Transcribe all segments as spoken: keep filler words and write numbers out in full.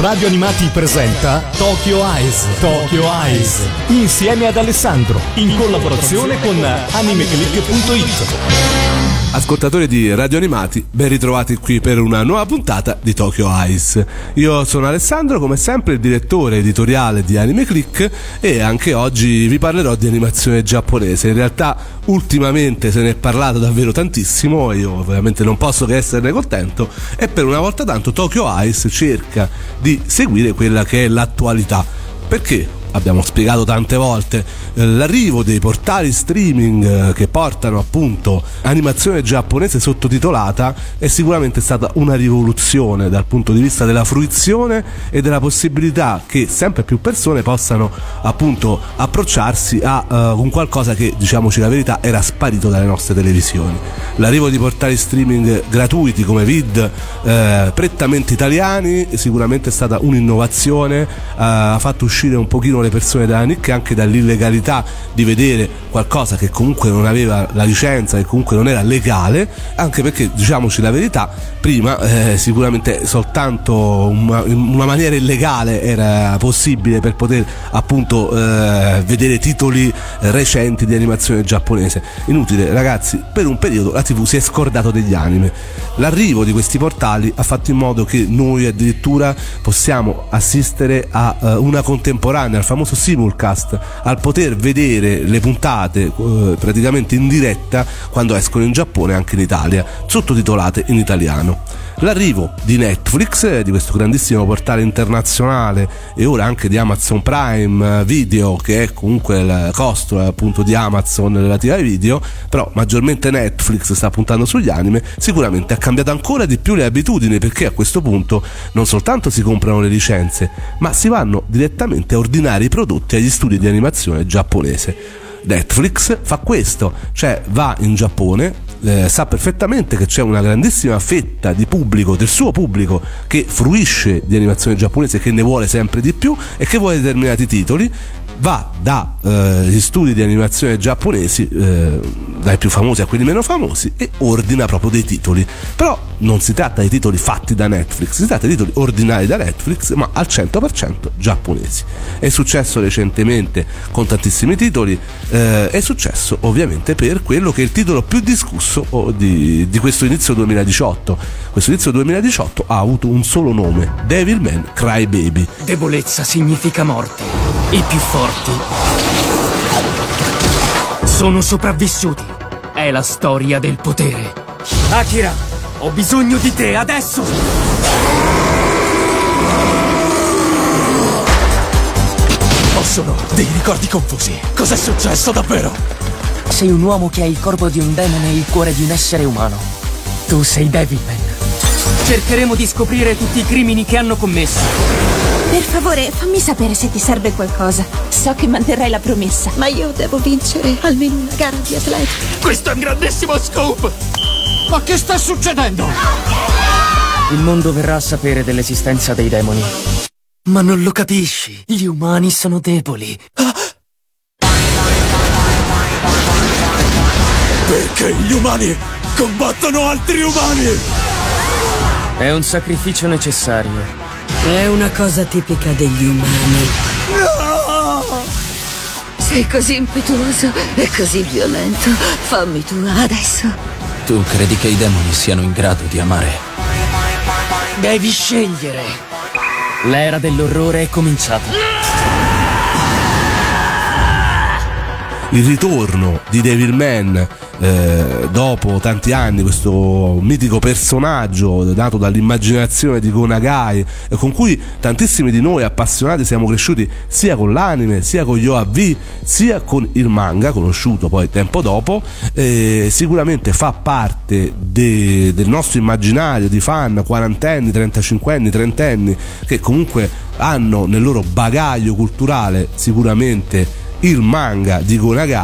Radio Animati presenta Tokyo Eyes. Tokyo Eyes. Insieme ad Alessandro, in collaborazione con animeclick punto it. Ascoltatori di Radio Animati, ben ritrovati qui per una nuova puntata di Tokyo Eyes. Io sono Alessandro, come sempre il direttore editoriale di Anime Click, e anche oggi vi parlerò di animazione giapponese. In realtà ultimamente se ne è parlato davvero tantissimo e io ovviamente non posso che esserne contento, e per una volta tanto Tokyo Eyes cerca di seguire quella che è l'attualità. Perché? Abbiamo spiegato tante volte, l'arrivo dei portali streaming che portano appunto animazione giapponese sottotitolata è sicuramente stata una rivoluzione dal punto di vista della fruizione e della possibilità che sempre più persone possano appunto approcciarsi a uh, un qualcosa che, diciamoci la verità, era sparito dalle nostre televisioni. L'arrivo di portali streaming gratuiti come Vid, eh, prettamente italiani, sicuramente è stata un'innovazione, eh, ha fatto uscire un pochino le persone dalla nicchia anche dall'illegalità di vedere qualcosa che comunque non aveva la licenza, che comunque non era legale, anche perché, diciamoci la verità, prima eh, sicuramente soltanto una, una maniera illegale era possibile per poter appunto eh, vedere titoli recenti di animazione giapponese. Inutile, ragazzi, per un periodo la tivù si è scordato degli anime. L'arrivo di questi portali ha fatto in modo che noi addirittura possiamo assistere a uh, una contemporanea, al famoso simulcast, al poter vedere le puntate uh, praticamente in diretta quando escono in Giappone, anche in Italia, sottotitolate in italiano. L'arrivo di Netflix, di questo grandissimo portale internazionale, e ora anche di Amazon Prime Video, che è comunque il costo appunto di Amazon relativa ai video, però maggiormente Netflix sta puntando sugli anime, sicuramente ha cambiato ancora di più le abitudini, perché a questo punto non soltanto si comprano le licenze, ma si vanno direttamente a ordinare i prodotti agli studi di animazione giapponese. Netflix fa questo, cioè va in Giappone, eh, sa perfettamente che c'è una grandissima fetta di pubblico, del suo pubblico, che fruisce di animazione giapponese, che ne vuole sempre di più e che vuole determinati titoli, va dagli eh, studi di animazione giapponesi, eh, dai più famosi a quelli meno famosi, e ordina proprio dei titoli. Però non si tratta di titoli fatti da Netflix, si tratta di titoli ordinari da Netflix, ma al cento per cento giapponesi. È successo recentemente con tantissimi titoli, eh, è successo ovviamente per quello che è il titolo più discusso di, di questo inizio duemiladiciotto. Questo inizio duemiladiciotto ha avuto un solo nome: Devilman Crybaby. Debolezza significa morte. I più forti sono sopravvissuti. È la storia del potere. Akira, ho bisogno di te adesso! Ho solo dei ricordi confusi. Cos'è successo davvero? Sei un uomo che ha il corpo di un demone e il cuore di un essere umano. Tu sei Devilman. Cercheremo di scoprire tutti i crimini che hanno commesso. Per favore, fammi sapere se ti serve qualcosa. So che manterrai la promessa, ma io devo vincere almeno una gara di atletica. Questo è un grandissimo scoop! Ma che sta succedendo? Il mondo verrà a sapere dell'esistenza dei demoni. Ma non lo capisci. Gli umani sono deboli. Ah! Perché gli umani combattono altri umani? È un sacrificio necessario. È una cosa tipica degli umani. No! Sei così impetuoso e così violento. Fammi tu adesso. Tu credi che i demoni siano in grado di amare? Devi scegliere. L'era dell'orrore è cominciata. Il ritorno di Devilman, eh, dopo tanti anni, questo mitico personaggio nato dall'immaginazione di Go Nagai, eh, con cui tantissimi di noi appassionati siamo cresciuti sia con l'anime, sia con gli O A V, sia con il manga, conosciuto poi tempo dopo, eh, sicuramente fa parte de, del nostro immaginario di fan quarantenni, trentacinquenni, trentenni, che comunque hanno nel loro bagaglio culturale sicuramente il manga di Go Nagai,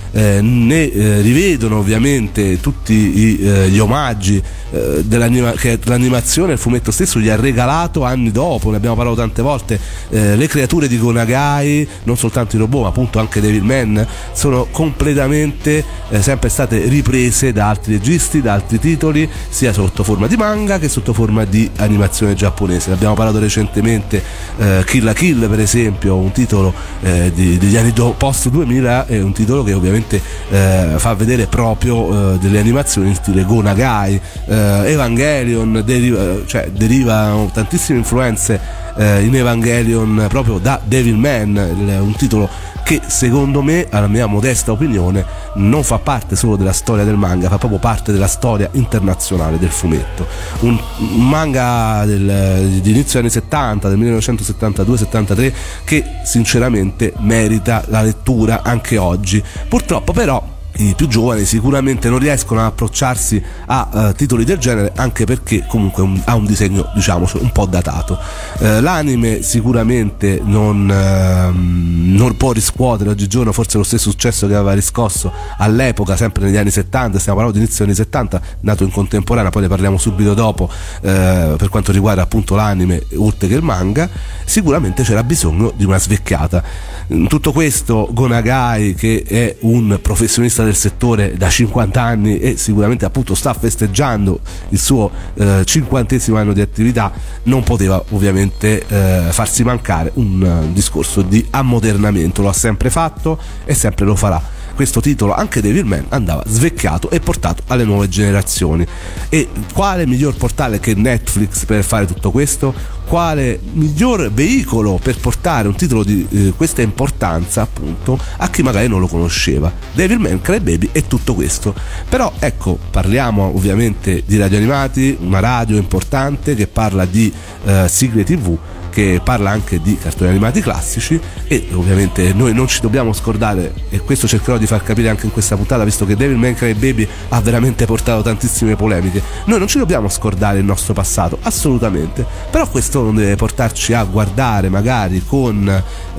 eh, ne eh, rivedono ovviamente tutti i, eh, gli omaggi eh, dell'anima- che l'animazione, il fumetto stesso gli ha regalato anni dopo. Ne abbiamo parlato tante volte. Eh, le creature di Go Nagai, non soltanto i robot ma appunto anche Devilman, sono completamente eh, sempre state riprese da altri registi, da altri titoli, sia sotto forma di manga che sotto forma di animazione giapponese. Ne abbiamo parlato recentemente, eh, Kill la Kill per esempio, un titolo eh, di, degli anni do, post duemila, è un titolo che ovviamente eh, fa vedere proprio eh, delle animazioni in stile Go Nagai. eh, Evangelion deriva, cioè derivano tantissime influenze eh, in Evangelion proprio da Devilman, il, un titolo che secondo me, alla mia modesta opinione, non fa parte solo della storia del manga, fa proprio parte della storia internazionale del fumetto. Un, un manga del, di inizio anni settanta, del millenovecentosettantadue settantatré, che sinceramente merita la lettura anche oggi. Purtroppo però i più giovani sicuramente non riescono ad approcciarsi a uh, titoli del genere, anche perché comunque un, ha un disegno, diciamo, un po' datato. Uh, l'anime sicuramente non, uh, non può riscuotere oggigiorno forse lo stesso successo che aveva riscosso all'epoca, sempre negli anni settanta. Stiamo parlando di inizio anni settanta, nato in contemporanea, poi ne parliamo subito dopo, uh, per quanto riguarda appunto l'anime oltre che il manga. Sicuramente c'era bisogno di una svecchiata. In tutto questo Go Nagai, che è un professionista del settore da cinquanta anni e sicuramente appunto sta festeggiando il suo eh, cinquantesimo anno di attività, non poteva ovviamente eh, farsi mancare un uh, discorso di ammodernamento. Lo ha sempre fatto e sempre lo farà. Questo titolo, anche Devilman, andava svecchiato e portato alle nuove generazioni. E quale miglior portale che Netflix per fare tutto questo? Quale miglior veicolo per portare un titolo di eh, questa importanza appunto a chi magari non lo conosceva? Devilman Crybaby e tutto questo. Però ecco, parliamo ovviamente di radio animati, una radio importante che parla di eh, sigle tv, che parla anche di cartoni animati classici, e ovviamente noi non ci dobbiamo scordare, e questo cercherò di far capire anche in questa puntata, visto che Devilman Crybaby ha veramente portato tantissime polemiche. Noi non ci dobbiamo scordare il nostro passato, assolutamente, però questo non deve portarci a guardare magari con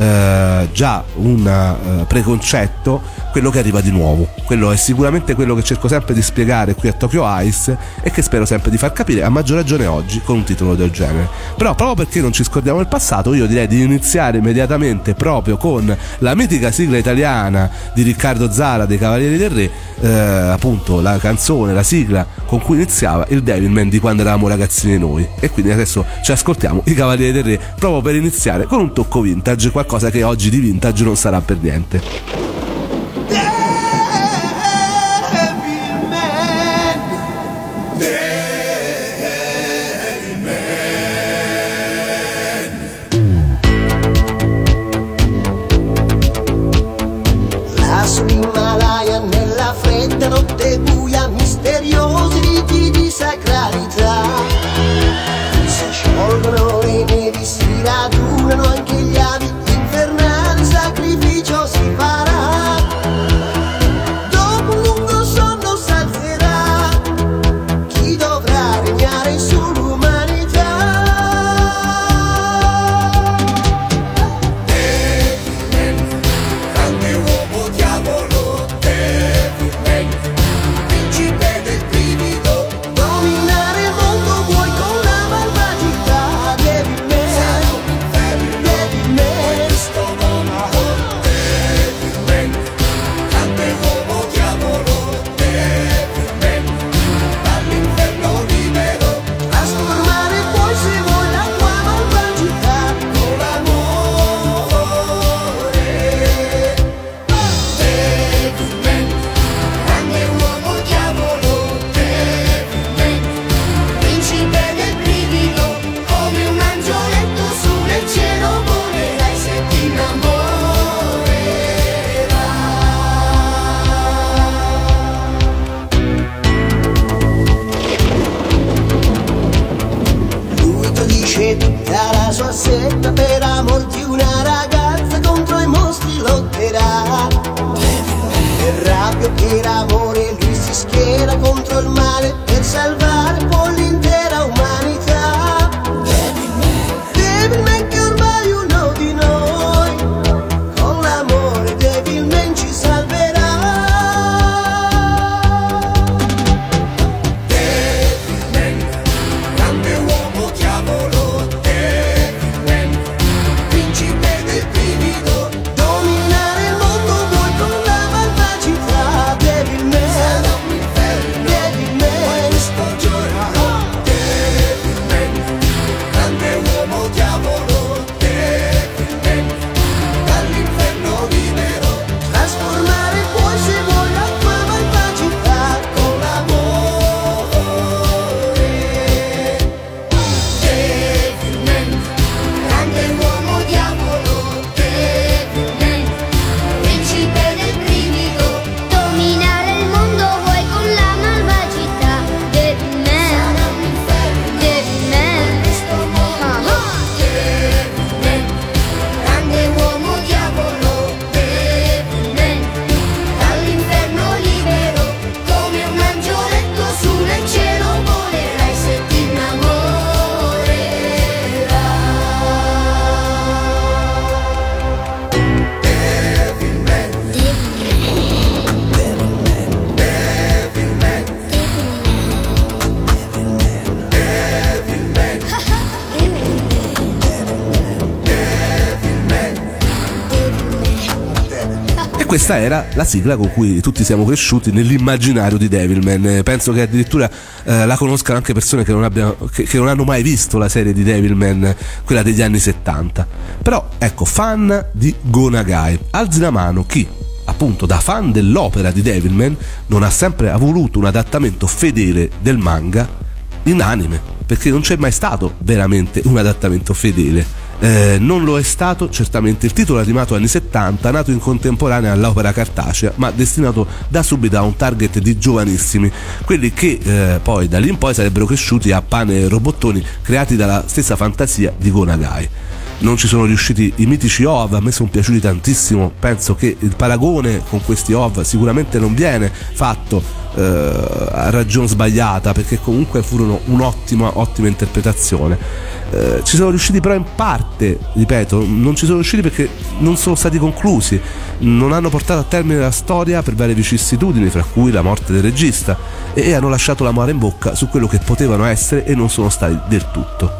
eh, già un eh, preconcetto quello che arriva di nuovo. Quello è sicuramente quello che cerco sempre di spiegare qui a Tokyo Ice, e che spero sempre di far capire, a maggior ragione oggi con un titolo del genere. Però proprio perché non ci scordiamo il passato, io direi di iniziare immediatamente proprio con la mitica sigla italiana di Riccardo Zara dei Cavalieri del Re, eh, appunto la canzone, la sigla con cui iniziava il Devilman di quando eravamo ragazzini noi. E quindi adesso ci ascoltiamo i Cavalieri del Re proprio per iniziare con un tocco vintage, qualcosa che oggi di vintage non sarà per niente. Notte buia, misteriosi riti di sacralità, si sciolgono le nevi, si radunano anche gli avi infernali, sacrificio si farà. Dopo un lungo sonno s'alzerà chi dovrà regnare sull'umanità. Devilman, grande uomo diavolo, Devilman, principe del brivido, dominare il mondo vuoi con la malvagità. Devilman, Devilman, questo mondo, Devilman, grande uomo diavolo, Devilman, dall'inferno libero, trasformare poi se vuoi la tua malvagità con l'amore. Devilman, grande uomo diavolo, Devilman, principe del brivido, come un angioletto su nel cielo volerai se ti innamorerai. Lui ti dice tutta la sua setta, per amor di una ragazza contro i mostri lotterà. Per rabbia che l'amore lui si schiera contro il male per salvare poi l'intera umanità. Devilman che ormai è uno di noi, con l'amore Devilman ci salverà. questa era la sigla con cui tutti siamo cresciuti nell'immaginario di Devilman. Penso che addirittura eh, la conoscano anche persone che non, abbiano, che, che non hanno mai visto la serie di Devilman, quella degli anni settanta. Però ecco, fan di Go Nagai, alzi la mano chi, appunto da fan dell'opera di Devilman, non ha sempre voluto un adattamento fedele del manga in anime, perché non c'è mai stato veramente un adattamento fedele. Eh, non lo è stato certamente il titolo animato anni settanta, nato in contemporanea all'opera cartacea, ma destinato da subito a un target di giovanissimi, quelli che eh, poi da lì in poi sarebbero cresciuti a pane e robottoni creati dalla stessa fantasia di Go Nagai. Non ci sono riusciti i mitici O V A, a me sono piaciuti tantissimo, penso che il paragone con questi O V A sicuramente non viene fatto eh, a ragione sbagliata, perché comunque furono un'ottima ottima interpretazione. Eh, ci sono riusciti però in parte, ripeto, non ci sono riusciti perché non sono stati conclusi, non hanno portato a termine la storia per varie vicissitudini, fra cui la morte del regista, e hanno lasciato l'amaro in bocca su quello che potevano essere e non sono stati del tutto.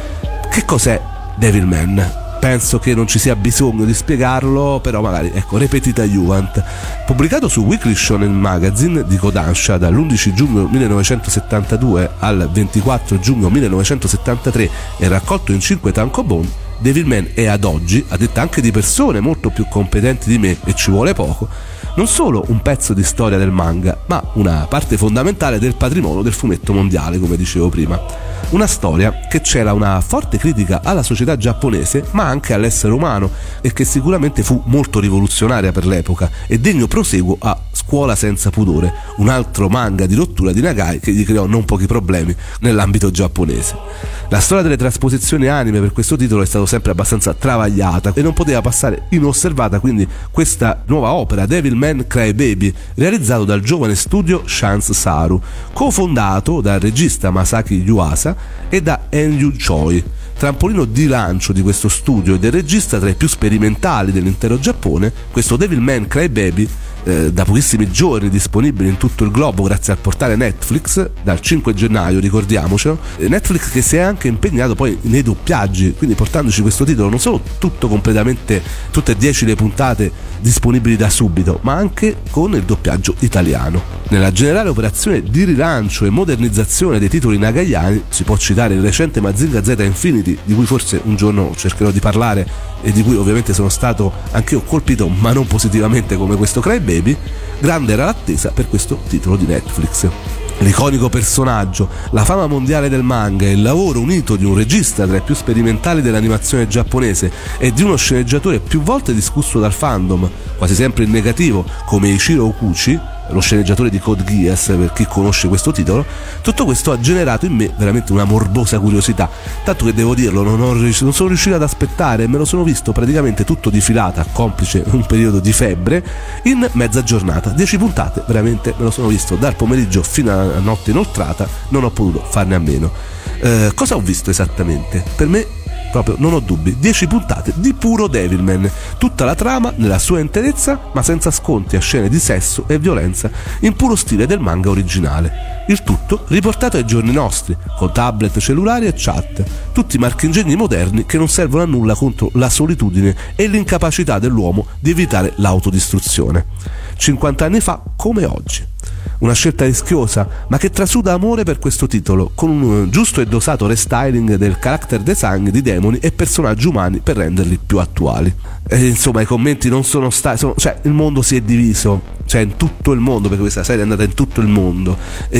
Che cos'è Devilman? Penso che non ci sia bisogno di spiegarlo, però magari, ecco, repetita Juvent. Pubblicato su Weekly Shonen Magazine di Kodansha dall'undici giugno millenovecentosettantadue al ventiquattro giugno millenovecentosettantatré e raccolto in cinque tankobon, Devilman è ad oggi, a detta anche di persone molto più competenti di me, e ci vuole poco, non solo un pezzo di storia del manga, ma una parte fondamentale del patrimonio del fumetto mondiale, come dicevo prima. Una storia che c'era una forte critica alla società giapponese, ma anche all'essere umano, e che sicuramente fu molto rivoluzionaria per l'epoca e degno proseguo a Scuola senza pudore, un altro manga di rottura di Nagai che gli creò non pochi problemi nell'ambito giapponese. La storia delle trasposizioni anime per questo titolo è stata sempre abbastanza travagliata e non poteva passare inosservata quindi questa nuova opera, Devilman Crybaby, realizzato dal giovane studio Chance Saru, cofondato dal regista Masaki Yuasa e da Enyu Choi. Trampolino di lancio di questo studio e del regista tra i più sperimentali dell'intero Giappone, questo Devilman Crybaby, eh, da pochissimi giorni disponibile in tutto il globo grazie al portale Netflix, dal cinque gennaio, ricordiamocelo, Netflix che si è anche impegnato poi nei doppiaggi, quindi portandoci questo titolo non solo tutto completamente, tutte e dieci le puntate disponibili da subito, ma anche con il doppiaggio italiano. Nella generale operazione di rilancio e modernizzazione dei titoli nagaiani si può citare il recente Mazinga Z Infinity, di cui forse un giorno cercherò di parlare e di cui ovviamente sono stato anch'io colpito, ma non positivamente come questo Crybaby. Grande era l'attesa per questo titolo di Netflix. L'iconico personaggio, la fama mondiale del manga e il lavoro unito di un regista tra i più sperimentali dell'animazione giapponese e di uno sceneggiatore più volte discusso dal fandom, quasi sempre in negativo, come Ichiro Okuchi, lo sceneggiatore di Code Geass, per chi conosce questo titolo, tutto questo ha generato in me veramente una morbosa curiosità, tanto che devo dirlo, non, ho, non sono riuscito ad aspettare e me lo sono visto praticamente tutto di filata, complice un periodo di febbre, in mezza giornata, dieci puntate, veramente me lo sono visto dal pomeriggio fino a notte inoltrata, non ho potuto farne a meno. Eh, cosa ho visto esattamente? Per me proprio non ho dubbi, dieci puntate di puro Devilman, tutta la trama nella sua interezza ma senza sconti a scene di sesso e violenza in puro stile del manga originale, il tutto riportato ai giorni nostri con tablet, cellulari e chat, tutti marchingegni moderni che non servono a nulla contro la solitudine e l'incapacità dell'uomo di evitare l'autodistruzione, cinquanta anni fa come oggi. Una scelta rischiosa, ma che trasuda amore per questo titolo, con un giusto e dosato restyling del character design di demoni e personaggi umani per renderli più attuali. E, insomma, i commenti non sono stati... Sono, cioè, il mondo si è diviso, cioè in tutto il mondo, perché questa serie è andata in tutto il mondo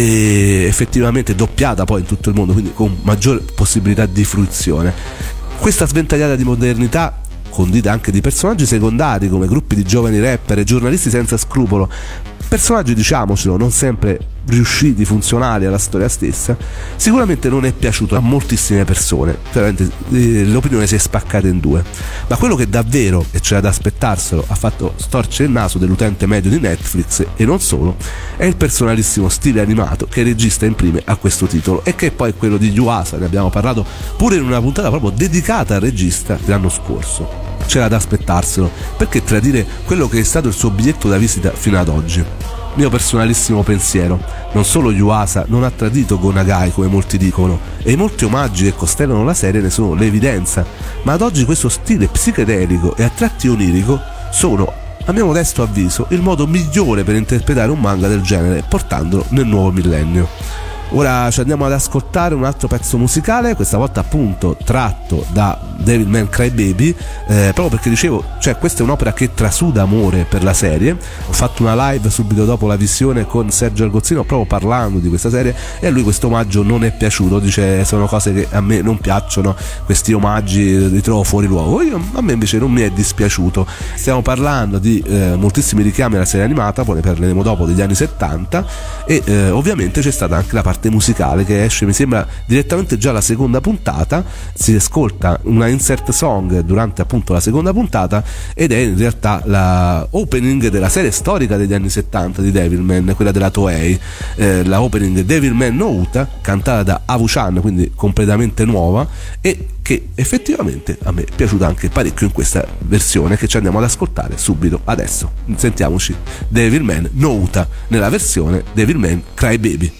e effettivamente doppiata poi in tutto il mondo, quindi con maggiore possibilità di fruizione. Questa sventagliata di modernità, condita anche di personaggi secondari come gruppi di giovani rapper e giornalisti senza scrupolo, personaggi, diciamocelo, non sempre riusciti, funzionali alla storia stessa, sicuramente non è piaciuto a moltissime persone, veramente eh, l'opinione si è spaccata in due, ma quello che davvero, e c'era da aspettarselo, ha fatto storcere il naso dell'utente medio di Netflix e non solo, è il personalissimo stile animato che il regista imprime a questo titolo e che è poi quello di Yuasa, ne abbiamo parlato pure in una puntata proprio dedicata al regista l'anno scorso. C'era da aspettarselo, perché tradire quello che è stato il suo biglietto da visita fino ad oggi? Mio personalissimo pensiero, non solo Yuasa non ha tradito Go Nagai come molti dicono, e i molti omaggi che costellano la serie ne sono l'evidenza, ma ad oggi questo stile psichedelico e a tratti onirico sono a mio modesto avviso, il modo migliore per interpretare un manga del genere, portandolo nel nuovo millennio. Ora ci andiamo ad ascoltare un altro pezzo musicale, questa volta appunto tratto da Devilman Crybaby, eh, proprio perché dicevo, cioè questa è un'opera che trasuda amore per la serie. Ho fatto una live subito dopo la visione con Sergio Argozzino proprio parlando di questa serie e a lui questo omaggio non è piaciuto, dice sono cose che a me non piacciono, questi omaggi li trovo fuori luogo. Io, a me invece non mi è dispiaciuto. Stiamo parlando di eh, moltissimi richiami alla serie animata, poi ne parleremo dopo, degli anni settanta, e eh, ovviamente c'è stata anche la parte musicale che esce, mi sembra, direttamente già la seconda puntata. Si ascolta una insert song durante appunto la seconda puntata ed è in realtà la opening della serie storica degli anni settanta di Devilman, quella della Toei, eh, la opening Devilman no Uta, cantata da Avu-chan, quindi completamente nuova, e che effettivamente a me è piaciuta anche parecchio in questa versione che ci andiamo ad ascoltare subito adesso. Sentiamoci Devilman no Uta nella versione Devilman Crybaby.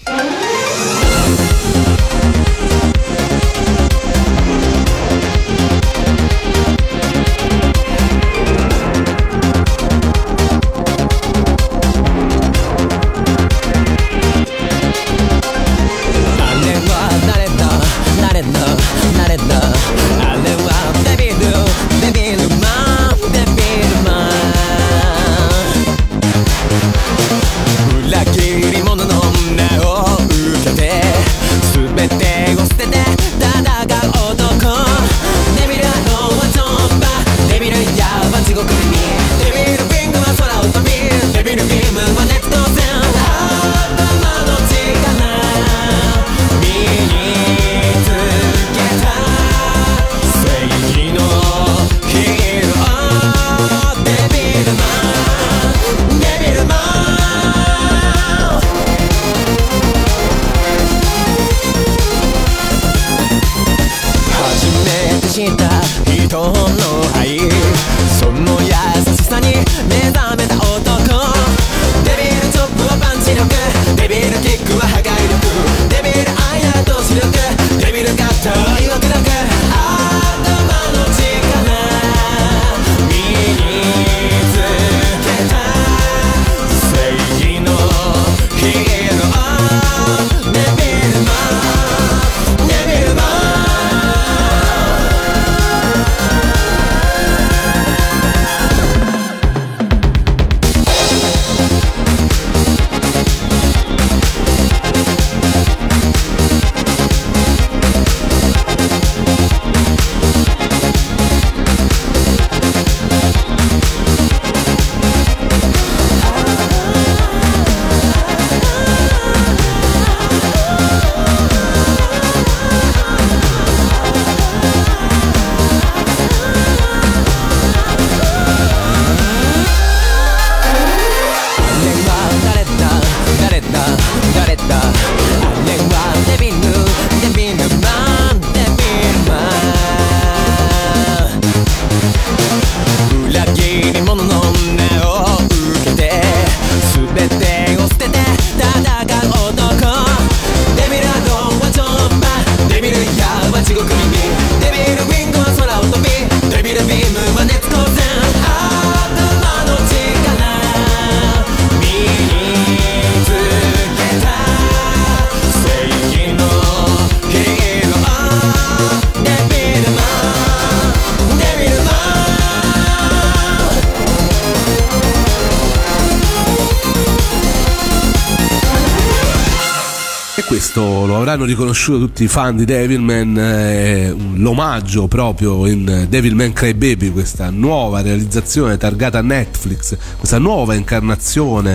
Questo lo avranno riconosciuto tutti i fan di Devilman, eh, l'omaggio proprio in Devilman Crybaby, questa nuova realizzazione targata a Netflix, questa nuova incarnazione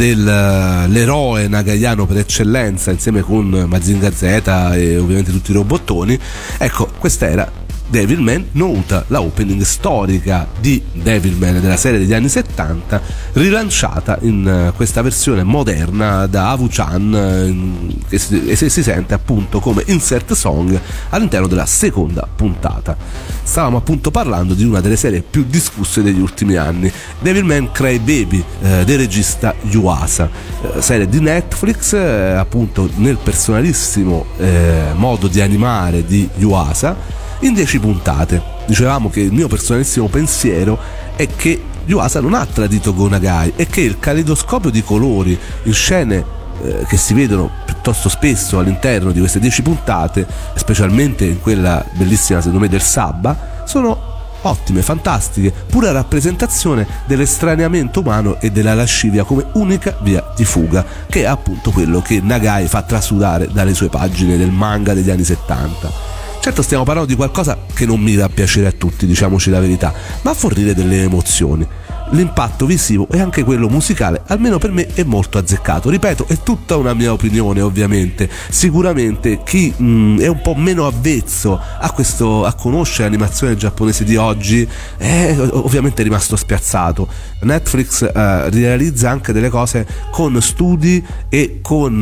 dell'eroe nagayano per eccellenza insieme con Mazinga Z e ovviamente tutti i robottoni. Ecco, questa era Devilman no Uta, la opening storica di Devilman della serie degli anni settanta, rilanciata in questa versione moderna da Avu-chan, che si, e si sente appunto come insert song all'interno della seconda puntata. Stavamo appunto parlando di una delle serie più discusse degli ultimi anni, Devilman Crybaby, eh, del regista Yuasa, eh, serie di Netflix, eh, appunto nel personalissimo eh, modo di animare di Yuasa, in dieci puntate. Dicevamo che il mio personalissimo pensiero è che Yuasa non ha tradito Go Nagai e che il caleidoscopio di colori in scene eh, che si vedono piuttosto spesso all'interno di queste dieci puntate, specialmente in quella bellissima secondo me del Sabba, sono ottime, fantastiche, pura rappresentazione dell'estraneamento umano e della lascivia come unica via di fuga, che è appunto quello che Nagai fa trasudare dalle sue pagine del manga degli anni settanta. Certo, stiamo parlando di qualcosa che non mira a piacere a tutti, diciamoci la verità, ma a fornire delle emozioni. L'impatto visivo e anche quello musicale, almeno per me, è molto azzeccato. Ripeto, è tutta una mia opinione, ovviamente. Sicuramente chi mh, è un po' meno avvezzo a questo, a conoscere l'animazione giapponese di oggi, è ovviamente rimasto spiazzato. Netflix eh, realizza anche delle cose con studi e con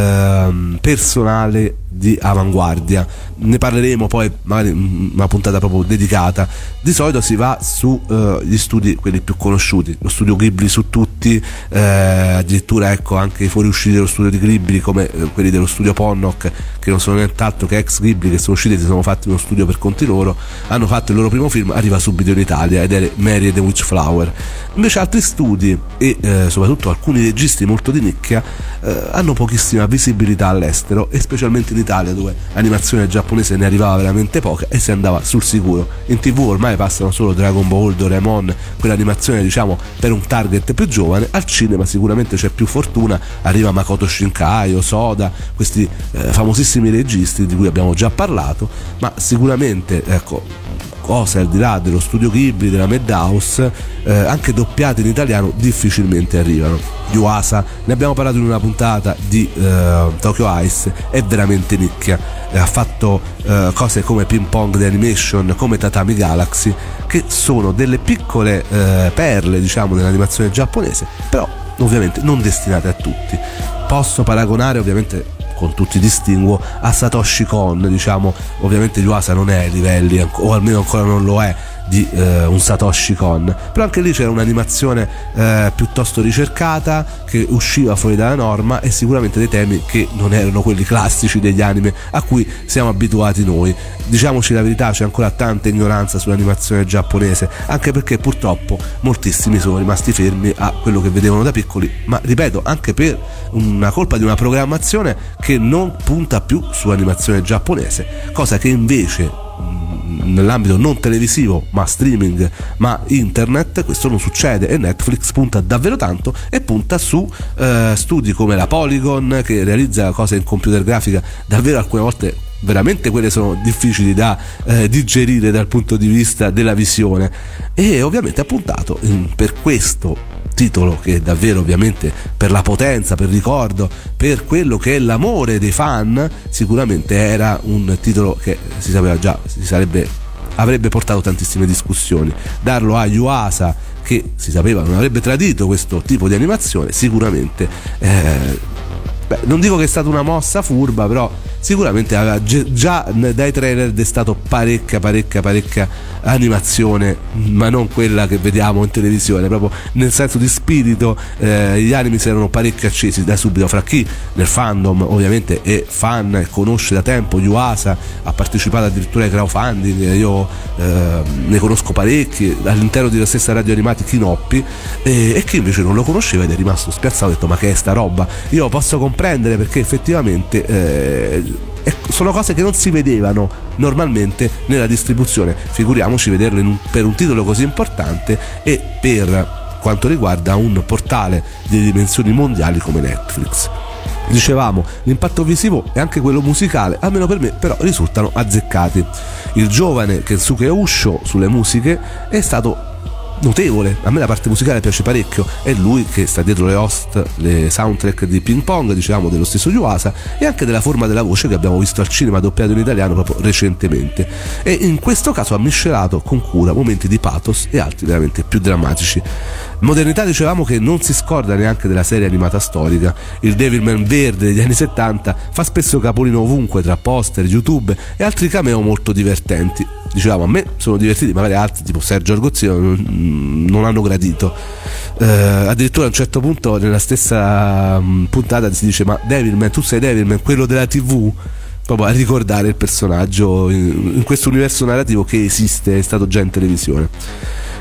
eh, personale di avanguardia. Ne parleremo poi magari una puntata proprio dedicata. Di solito si va su uh, gli studi quelli più conosciuti, lo studio Ghibli su tutti, eh, addirittura ecco anche i fuoriusciti dello studio di Ghibli come eh, quelli dello studio Ponnock, che non sono nient'altro che ex Ghibli, che sono usciti e si sono fatti uno studio per conti loro, hanno fatto il loro primo film, arriva subito in Italia ed è Mary e the Witchflower. Invece altri studi e eh, soprattutto alcuni registi molto di nicchia eh, hanno pochissima visibilità all'estero e specialmente in Italia, dove l'animazione giapponese ne arrivava veramente poca e si andava sul sicuro. In tv ormai passano solo Dragon Ball, Doraemon, quell'animazione diciamo per un target più giovane. Al cinema sicuramente c'è più fortuna, arriva Makoto Shinkai, Osoda, questi eh, famosissimi registi di cui abbiamo già parlato, ma sicuramente ecco cose al di là dello studio Ghibli, della Madhouse, eh, anche doppiate in italiano difficilmente arrivano. Yuasa, ne abbiamo parlato in una puntata di eh, Tokyo Ice, è veramente nicchia, eh, ha fatto eh, cose come Ping Pong The Animation, come Tatami Galaxy, che sono delle piccole eh, perle diciamo dell'animazione giapponese, però ovviamente non destinate a tutti. Posso paragonare ovviamente, con tutti i distinguo, a Satoshi Kon, diciamo, ovviamente Yuasa non è ai livelli, o almeno ancora non lo è, di eh, un Satoshi Kon, però anche lì c'era un'animazione eh, piuttosto ricercata che usciva fuori dalla norma e sicuramente dei temi che non erano quelli classici degli anime a cui siamo abituati noi. Diciamoci la verità, c'è ancora tanta ignoranza sull'animazione giapponese, anche perché purtroppo moltissimi sono rimasti fermi a quello che vedevano da piccoli, ma ripeto, anche per una colpa di una programmazione che non punta più sull'animazione giapponese, cosa che invece nell'ambito non televisivo ma streaming ma internet questo non succede, e Netflix punta davvero tanto e punta su eh, studi come la Polygon, che realizza cose in computer grafica davvero alcune volte veramente quelle sono difficili da eh, digerire dal punto di vista della visione, e ovviamente ha puntato in, per questo titolo che davvero ovviamente per la potenza, per il ricordo, per quello che è l'amore dei fan, sicuramente era un titolo che si sapeva già si sarebbe avrebbe portato tantissime discussioni. Darlo a Yuasa, che si sapeva non avrebbe tradito questo tipo di animazione, sicuramente eh, beh, non dico che è stata una mossa furba, però sicuramente aveva già dai trailer destato parecchia parecchia parecchia animazione, ma non quella che vediamo in televisione, proprio nel senso di spirito. Eh, gli anime si erano parecchio accesi da subito fra chi nel fandom ovviamente è fan e conosce da tempo Yuasa, ha partecipato addirittura ai crowdfunding, io eh, ne conosco parecchi all'interno della stessa Radio Animati, Kinoppi, e, e chi invece non lo conosceva ed è rimasto spiazzato, ha detto ma che è sta roba. Io posso comprendere, perché effettivamente eh, sono cose che non si vedevano normalmente nella distribuzione, figuriamoci vederle in un, per un titolo così importante e per quanto riguarda un portale di dimensioni mondiali come Netflix. Dicevamo, l'impatto visivo e anche quello musicale, almeno per me, però risultano azzeccati. Il giovane Kensuke Usho sulle musiche è stato notevole, a me la parte musicale piace parecchio, è lui che sta dietro le host, le soundtrack di Ping Pong, diciamo dello stesso Yuasa, e anche della forma della voce che abbiamo visto al cinema doppiato in italiano proprio recentemente, e in questo caso ha miscelato con cura momenti di pathos e altri veramente più drammatici. Modernità, dicevamo, che non si scorda neanche della serie animata storica. Il Devilman verde degli anni settanta fa spesso capolino ovunque, tra poster, YouTube e altri cameo molto divertenti. Dicevamo, a me sono divertiti, magari altri tipo Sergio Argozzino non, non hanno gradito. Eh, addirittura a un certo punto nella stessa um, puntata si dice: ma Devilman, tu sei Devilman, quello della tivù? Proprio a ricordare il personaggio in, in questo universo narrativo che esiste, è stato già in televisione.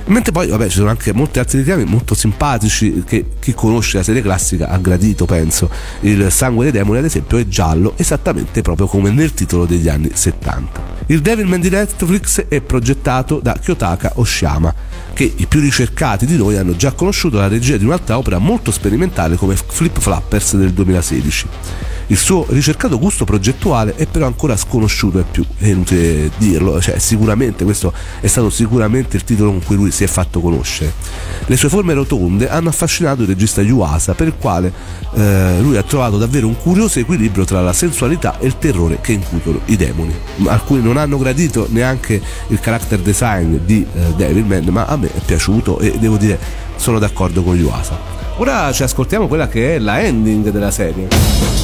Mentre poi vabbè ci sono anche molti altri richiami molto simpatici che chi conosce la serie classica ha gradito, penso. Il sangue dei demoni ad esempio è giallo, esattamente proprio come nel titolo degli anni settanta. Il Devilman di Netflix è progettato da Kyotaka Oshiyama, che i più ricercati di noi hanno già conosciuto la regia di un'altra opera molto sperimentale come Flip Flappers del duemilasedici. Il suo ricercato gusto progettuale è però ancora sconosciuto, è più è inutile dirlo, cioè sicuramente questo è stato sicuramente il titolo con cui lui si è fatto conoscere. Le sue forme rotonde hanno affascinato il regista Yuasa, per il quale eh, lui ha trovato davvero un curioso equilibrio tra la sensualità e il terrore che incutono i demoni. Alcuni non hanno gradito neanche il character design di eh, Devilman, ma a me è piaciuto e devo dire sono d'accordo con Yuasa. Ora ci ascoltiamo quella che è la ending della serie.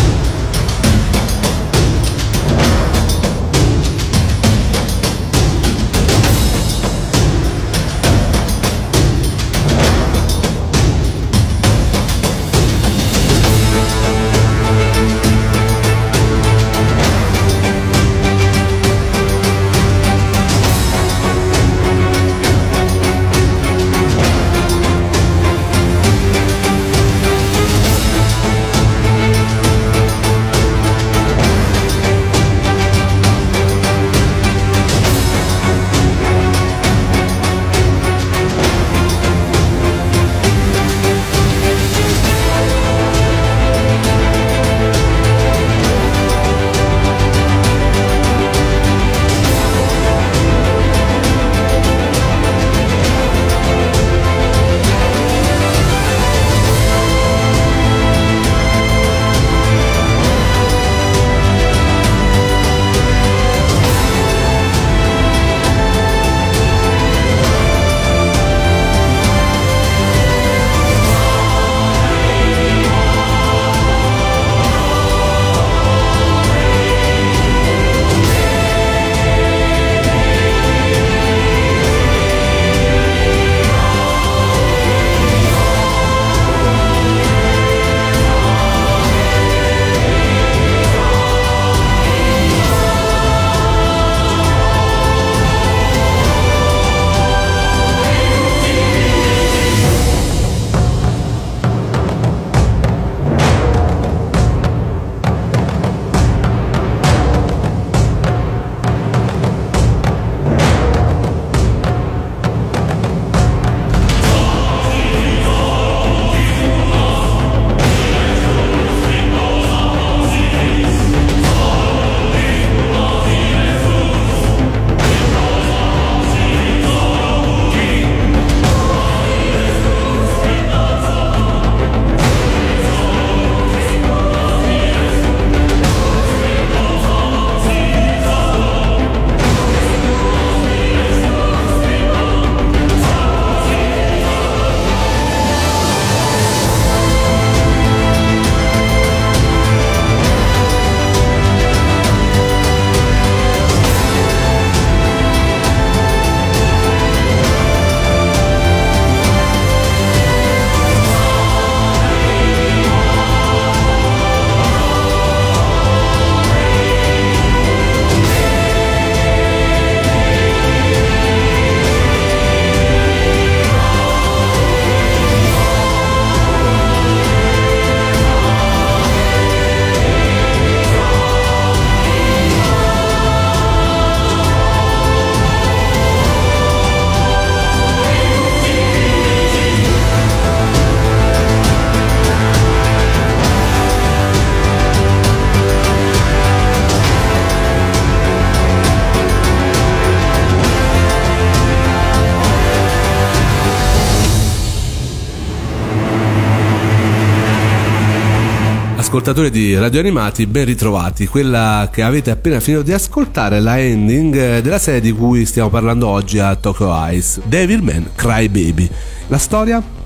Ascoltatori di Radio Animati, ben ritrovati. Quella che avete appena finito di ascoltare è la ending della serie di cui stiamo parlando oggi a Tokyo Eyes, Devilman Crybaby. La storia?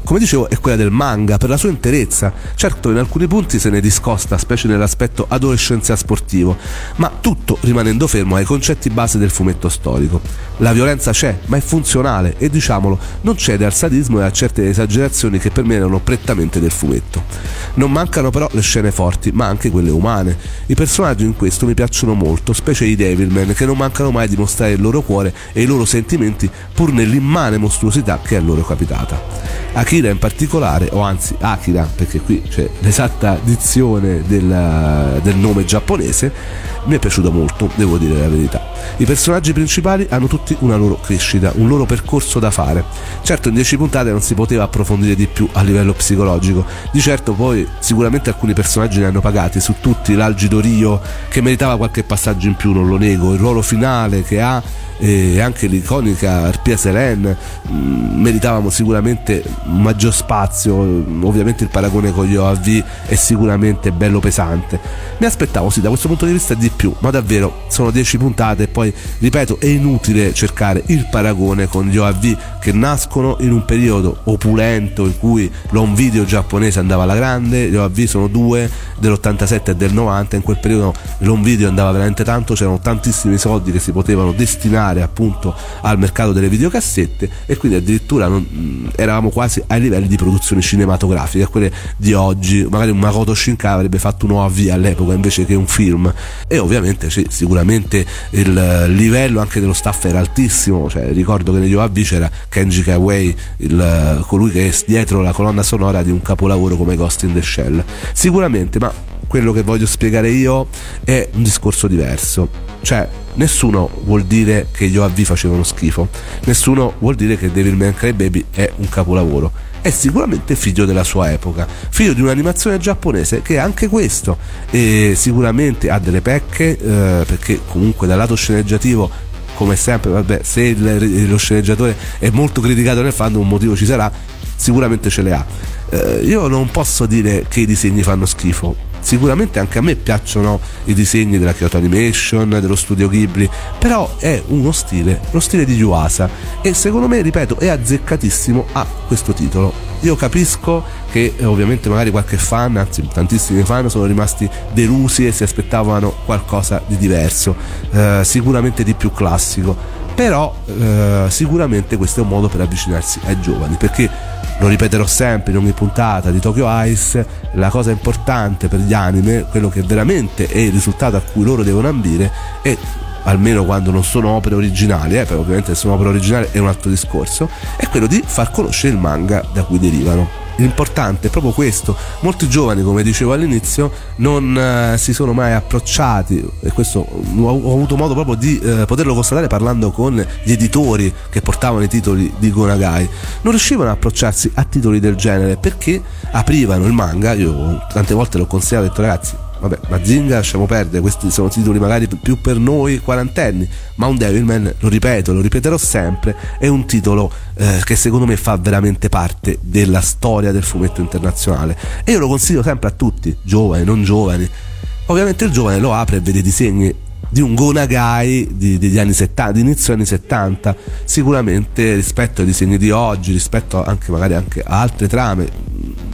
come dicevo, è quella del manga per la sua interezza. Certo, in alcuni punti se ne discosta, specie nell'aspetto adolescenza sportivo, ma tutto rimanendo fermo ai concetti base del fumetto storico. La violenza c'è, ma è funzionale e, diciamolo, non cede al sadismo e a certe esagerazioni che per me erano prettamente del fumetto. Non mancano però le scene forti, ma anche quelle umane. I personaggi in questo mi piacciono molto, specie i Devilman, che non mancano mai di mostrare il loro cuore e i loro sentimenti pur nell'immane mostruosità che è loro capitata. Akira in particolare, o anzi Akira, perché qui c'è l'esatta dizione del, del nome giapponese, mi è piaciuto molto, devo dire la verità. I personaggi principali hanno tutti una loro crescita, un loro percorso da fare. Certo, in dieci puntate non si poteva approfondire di più a livello psicologico. Di certo poi sicuramente alcuni personaggi ne hanno pagati, su tutti l'algido Ryo, che meritava qualche passaggio in più, non lo nego, il ruolo finale che ha e anche l'iconica Arpia Seren mh, meritavano sicuramente un maggior spazio. Ovviamente il paragone con gli O A V è sicuramente bello pesante. Mi aspettavo sì da questo punto di vista di più, ma davvero sono dieci puntate e poi ripeto è inutile cercare il paragone con gli O A V che nascono in un periodo opulento in cui l'home video giapponese andava alla grande. Gli O A V sono due, dell'ottantasette e del novanta. In quel periodo l'home video andava veramente tanto, c'erano tantissimi soldi che si potevano destinare appunto al mercato delle videocassette e quindi addirittura non, eravamo quasi ai livelli di produzioni cinematografiche, quelle di oggi. Magari un Makoto Shinkai avrebbe fatto un O A V all'epoca invece che un film, e ovviamente sì, sicuramente il livello anche dello staff era altissimo. Cioè, ricordo che negli O A V c'era Kenji Kawai, il, colui che è dietro la colonna sonora di un capolavoro come Ghost in the Shell, sicuramente. Ma quello che voglio spiegare io è un discorso diverso. Cioè, nessuno vuol dire che gli O A V facevano schifo, nessuno vuol dire che Devilman Crybaby è un capolavoro. È sicuramente figlio della sua epoca, figlio di un'animazione giapponese che è anche questo, e sicuramente ha delle pecche, eh, perché comunque dal lato sceneggiativo, come sempre, vabbè, se il, lo sceneggiatore è molto criticato nel fandom, un motivo ci sarà, sicuramente ce le ha. Eh, io non posso dire che i disegni fanno schifo. Sicuramente anche a me piacciono i disegni della Kyoto Animation, dello studio Ghibli, però è uno stile, lo stile di Yuasa, e secondo me, ripeto, è azzeccatissimo a questo titolo. Io capisco che eh, ovviamente magari qualche fan, anzi tantissimi fan, sono rimasti delusi e si aspettavano qualcosa di diverso, eh, sicuramente di più classico, però eh, sicuramente questo è un modo per avvicinarsi ai giovani, perché lo ripeterò sempre in ogni puntata di Tokyo Ice, la cosa importante per gli anime, quello che veramente è il risultato a cui loro devono ambire, è, almeno quando non sono opere originali, eh, però ovviamente se sono opere originali è un altro discorso, è quello di far conoscere il manga da cui derivano. L'importante è proprio questo. Molti giovani, come dicevo all'inizio, non eh, si sono mai approcciati, e questo ho, ho avuto modo proprio di eh, poterlo constatare parlando con gli editori che portavano i titoli di Go Nagai. Non riuscivano ad approcciarsi a titoli del genere perché aprivano il manga. Io tante volte l'ho consigliato, ho detto ragazzi, vabbè, Mazinga lasciamo perdere, questi sono titoli magari più per noi quarantenni, ma un Devilman, lo ripeto, lo ripeterò sempre, è un titolo eh, che secondo me fa veramente parte della storia del fumetto internazionale, e io lo consiglio sempre a tutti, giovani, non giovani. Ovviamente il giovane lo apre e vede i disegni di un Go Nagai di, degli anni settanta, di inizio anni settanta, sicuramente rispetto ai disegni di oggi, rispetto anche magari anche a altre trame.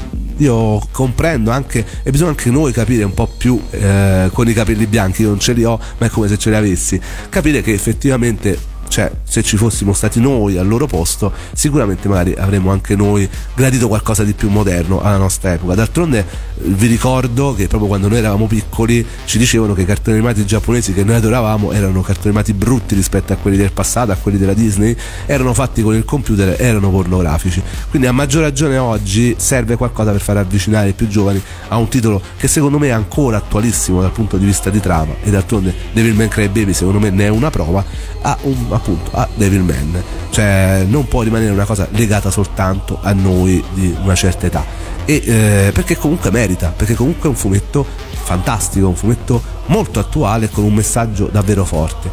Io comprendo anche, e bisogna anche noi capire un po' più eh, con i capelli bianchi, io non ce li ho, ma è come se ce li avessi, capire che effettivamente, cioè, se ci fossimo stati noi al loro posto, sicuramente magari avremmo anche noi gradito qualcosa di più moderno alla nostra epoca. D'altronde vi ricordo che proprio quando noi eravamo piccoli ci dicevano che i cartoni animati giapponesi che noi adoravamo erano cartoni animati brutti rispetto a quelli del passato, a quelli della Disney, erano fatti con il computer, erano pornografici. Quindi a maggior ragione oggi serve qualcosa per far avvicinare i più giovani a un titolo che secondo me è ancora attualissimo dal punto di vista di trama, e d'altronde Devilman Crybaby secondo me ne è una prova, a un appunto a Devilman. Cioè non può rimanere una cosa legata soltanto a noi di una certa età, e eh, perché comunque merita, perché comunque è un fumetto fantastico, un fumetto molto attuale con un messaggio davvero forte.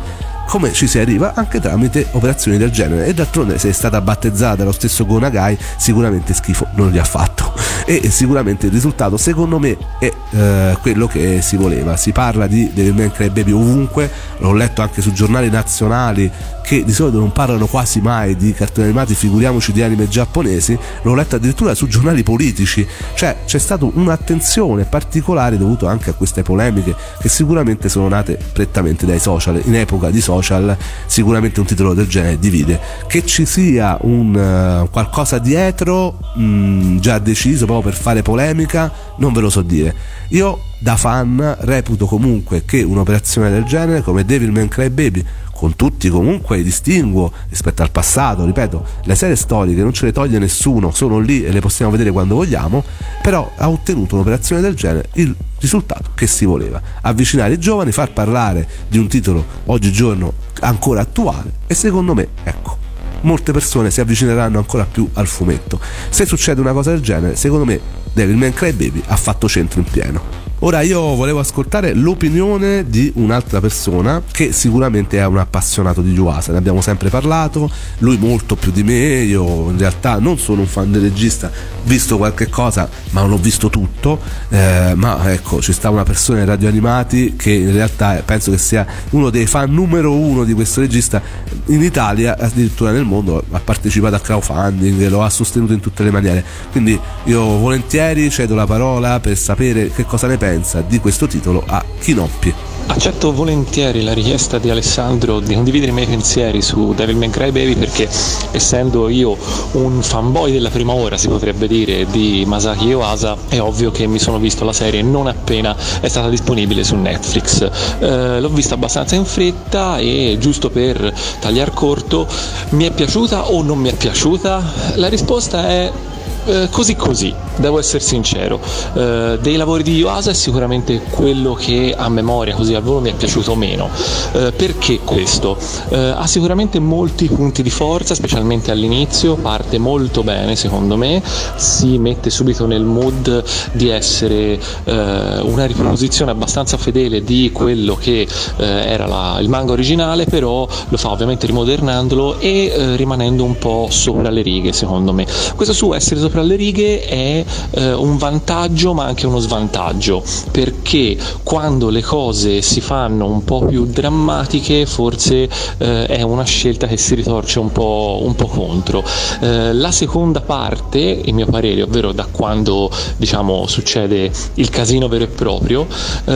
come ci si arriva anche tramite operazioni del genere. E d'altronde, se è stata battezzata dallo stesso Go Nagai, sicuramente schifo non gli ha fatto, e sicuramente il risultato secondo me è eh, quello che si voleva. Si parla di Devilman Crybaby ovunque, l'ho letto anche su giornali nazionali che di solito non parlano quasi mai di cartoni animati, figuriamoci di anime giapponesi. L'ho letto addirittura su giornali politici, cioè c'è stata un'attenzione particolare dovuto anche a queste polemiche che sicuramente sono nate prettamente dai social. In epoca di social sicuramente un titolo del genere divide. Che ci sia un uh, qualcosa dietro mh, già deciso proprio per fare polemica non ve lo so dire. Io da fan reputo comunque che un'operazione del genere come Devilman Crybaby, con tutti comunque i distinguo rispetto al passato, ripeto, le serie storiche non ce le toglie nessuno, sono lì e le possiamo vedere quando vogliamo, però ha ottenuto un'operazione del genere il risultato che si voleva: avvicinare i giovani, far parlare di un titolo oggigiorno ancora attuale, e secondo me, ecco, molte persone si avvicineranno ancora più al fumetto. Se succede una cosa del genere, secondo me Devilman Crybaby ha fatto centro in pieno. Ora io volevo ascoltare l'opinione di un'altra persona che sicuramente è un appassionato di Yuasa, ne abbiamo sempre parlato, lui molto più di me. Io in realtà non sono un fan del regista, visto qualche cosa ma non ho visto tutto, eh, ma ecco, ci sta una persona in Radio Animati che in realtà penso che sia uno dei fan numero uno di questo regista in Italia, addirittura nel mondo, ha partecipato a crowdfunding, lo ha sostenuto in tutte le maniere, quindi io volentieri cedo la parola per sapere che cosa ne pensa di questo titolo a Chinoppi. Accetto volentieri la richiesta di Alessandro di condividere i miei pensieri su Devilman Crybaby, perché essendo io un fanboy della prima ora, si potrebbe dire, di Masaki Yuasa, è ovvio che mi sono visto la serie non appena è stata disponibile su Netflix. Eh, l'ho vista abbastanza in fretta e, giusto per tagliar corto, mi è piaciuta o non mi è piaciuta? La risposta è Eh, così così, devo essere sincero. Eh, dei lavori di Yuasa è sicuramente quello che a memoria, così al volo, mi è piaciuto meno. Eh, perché questo? Eh, ha sicuramente molti punti di forza, specialmente all'inizio, parte molto bene secondo me, si mette subito nel mood di essere eh, una riproposizione abbastanza fedele di quello che eh, era la, il manga originale, però lo fa ovviamente rimodernandolo e eh, rimanendo un po' sopra le righe secondo me. Questo su essere sopra alle righe è eh, un vantaggio ma anche uno svantaggio, perché quando le cose si fanno un po' più drammatiche forse eh, è una scelta che si ritorce un po', un po' contro. Eh, la seconda parte, il mio parere, ovvero da quando diciamo succede il casino vero e proprio,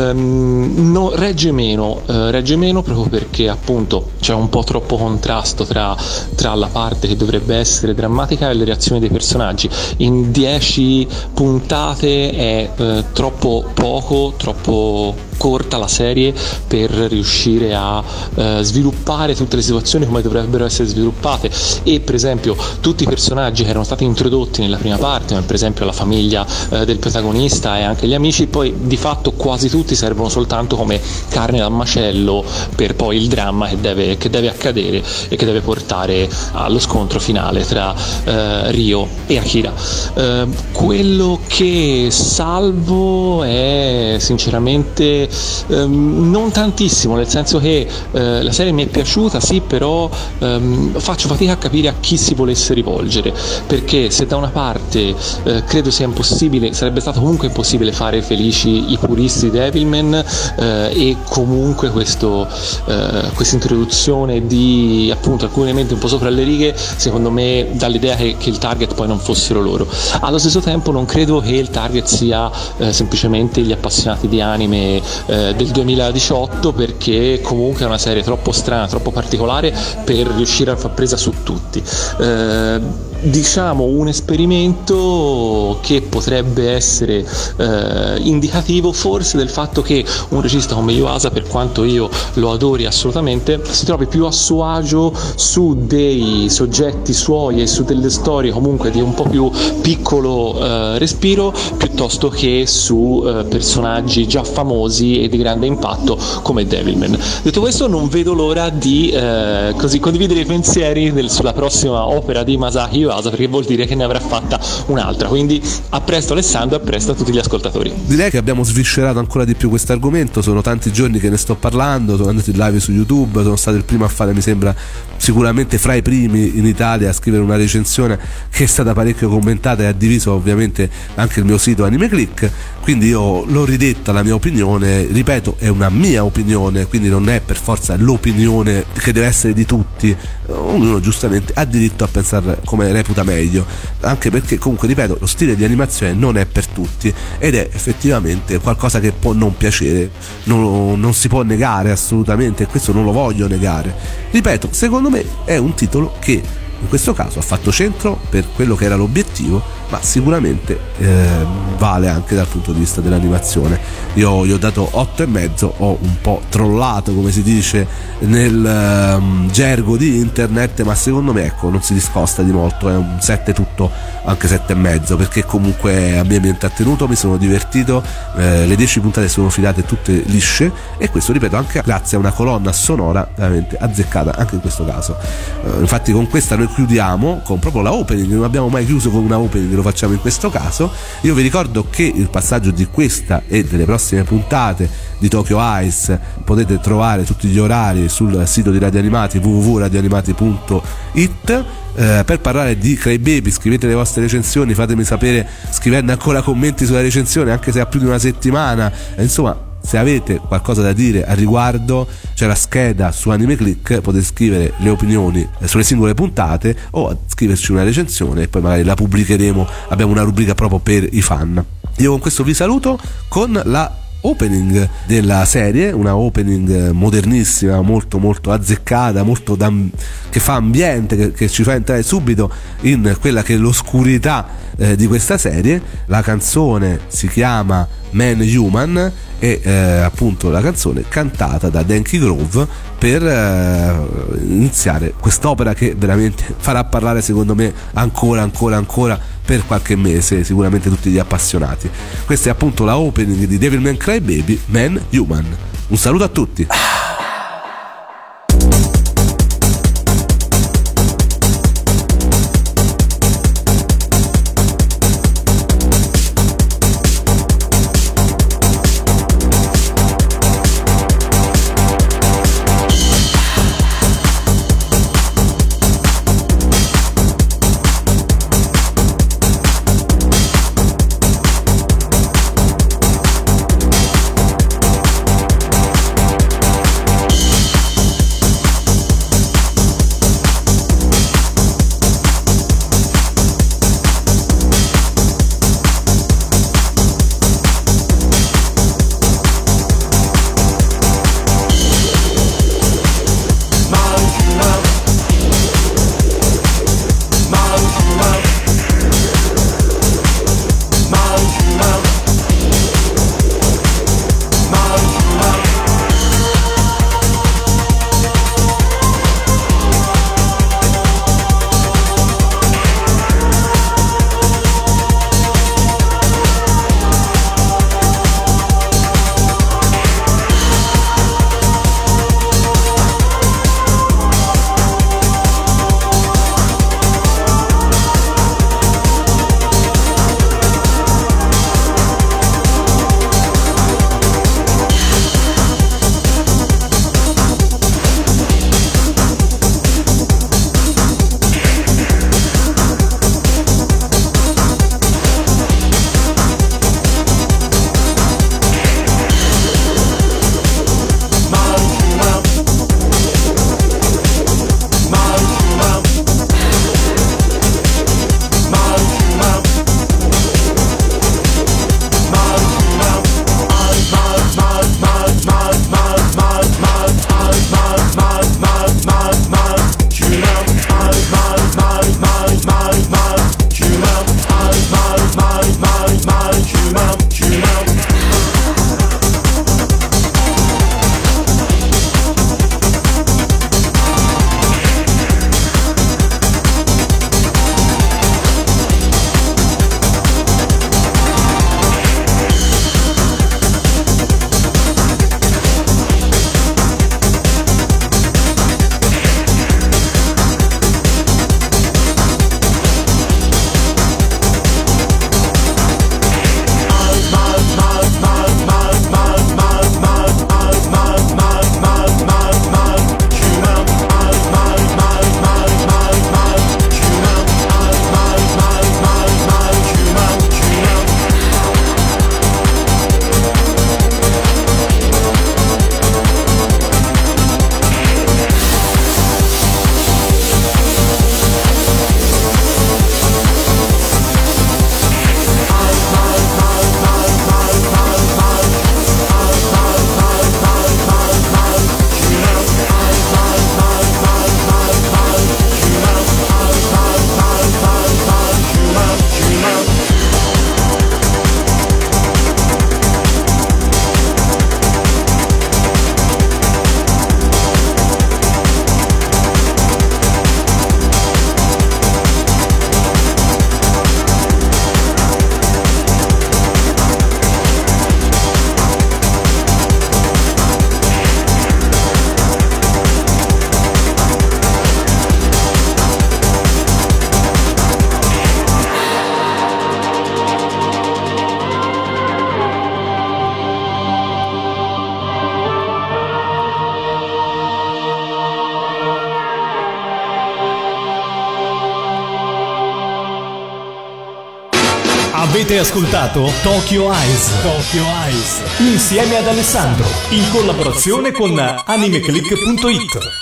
ehm, no, regge meno, eh, regge meno proprio perché appunto c'è un po' troppo contrasto tra, tra la parte che dovrebbe essere drammatica e le reazioni dei personaggi. In dieci puntate è eh, troppo poco, troppo corta la serie per riuscire a eh, sviluppare tutte le situazioni come dovrebbero essere sviluppate, e per esempio tutti i personaggi che erano stati introdotti nella prima parte, come per esempio la famiglia eh, del protagonista e anche gli amici, poi di fatto quasi tutti servono soltanto come carne da macello per poi il dramma che deve, che deve accadere e che deve portare allo scontro finale tra eh, Ryo e Akira. Eh, quello che salvo è sinceramente ehm, non tantissimo, nel senso che eh, la serie mi è piaciuta, sì, però ehm, faccio fatica a capire a chi si volesse rivolgere, perché se da una parte eh, credo sia impossibile, sarebbe stato comunque impossibile fare felici i puristi di Devilman, eh, e comunque questo eh, questa introduzione di appunto alcuni elementi un po' sopra le righe secondo me dà l'idea che, che il target poi non fossero loro. Allo stesso tempo non credo che il target sia eh, semplicemente gli appassionati di anime eh, del duemiladiciotto, perché comunque è una serie troppo strana, troppo particolare per riuscire a far presa su tutti. Eh, diciamo un esperimento che potrebbe essere eh, indicativo forse del fatto che un regista come Yuasa, per quanto io lo adori assolutamente, si trovi più a suo agio su dei soggetti suoi e su delle storie comunque di un po' più piccolo eh, respiro, piuttosto che su eh, personaggi già famosi e di grande impatto come Devilman. Detto questo, non vedo l'ora di eh, così condividere i pensieri del, sulla prossima opera di Masaki Yuasa, Asa, perché vuol dire che ne avrà fatta un'altra. Quindi a presto Alessandro, a presto a tutti gli ascoltatori. Direi che abbiamo sviscerato ancora di più questo argomento, sono tanti giorni che ne sto parlando, sono andato in live su YouTube, sono stato il primo a fare, mi sembra sicuramente fra i primi in Italia a scrivere una recensione che è stata parecchio commentata e ha diviso ovviamente anche il mio sito Anime Click, quindi io l'ho ridetta la mia opinione, ripeto è una mia opinione, quindi non è per forza l'opinione che deve essere di tutti, ognuno giustamente ha diritto a pensare come reputa meglio, anche perché comunque ripeto lo stile di animazione non è per tutti ed è effettivamente qualcosa che può non piacere, non, non si può negare assolutamente, e questo non lo voglio negare. Ripeto, secondo me è un titolo che in questo caso ha fatto centro per quello che era l'obiettivo, ma sicuramente eh, vale anche dal punto di vista dell'animazione. Io gli ho dato otto e mezzo, ho un po' trollato come si dice nel um, gergo di internet, ma secondo me ecco non si discosta di molto, è un sette tutto, anche sette e mezzo, perché comunque a me mi è intrattenuto, mi sono divertito, eh, le dieci puntate sono filate tutte lisce e questo ripeto anche grazie a una colonna sonora veramente azzeccata anche in questo caso. Eh, infatti con questa noi chiudiamo con proprio la opening, non abbiamo mai chiuso con una opening, lo facciamo in questo caso. Io vi ricordo che il passaggio di questa e delle prossime puntate di Tokyo Eyes potete trovare tutti gli orari sul sito di Radio Animati w w w punto radio animati punto it. Eh, per parlare di Crybaby scrivete le vostre recensioni, fatemi sapere scrivendo ancora commenti sulla recensione anche se ha più di una settimana, eh, insomma se avete qualcosa da dire al riguardo c'è la scheda su Anime Click, potete scrivere le opinioni sulle singole puntate o scriverci una recensione e poi magari la pubblicheremo, abbiamo una rubrica proprio per i fan. Io con questo vi saluto con la opening della serie, una opening modernissima, molto molto azzeccata, molto da, che fa ambiente, che, che ci fa entrare subito in quella che è l'oscurità eh, di questa serie. La canzone si chiama Man Human e eh, appunto la canzone cantata da Denki Grove per eh, iniziare quest'opera che veramente farà parlare secondo me ancora ancora ancora per qualche mese, sicuramente tutti gli appassionati. Questa è appunto la opening di Devilman Crybaby, Man Human. Un saluto a tutti. Avete ascoltato Tokyo Eyes, Tokyo Eyes, insieme ad Alessandro, in collaborazione con animeclick punto it.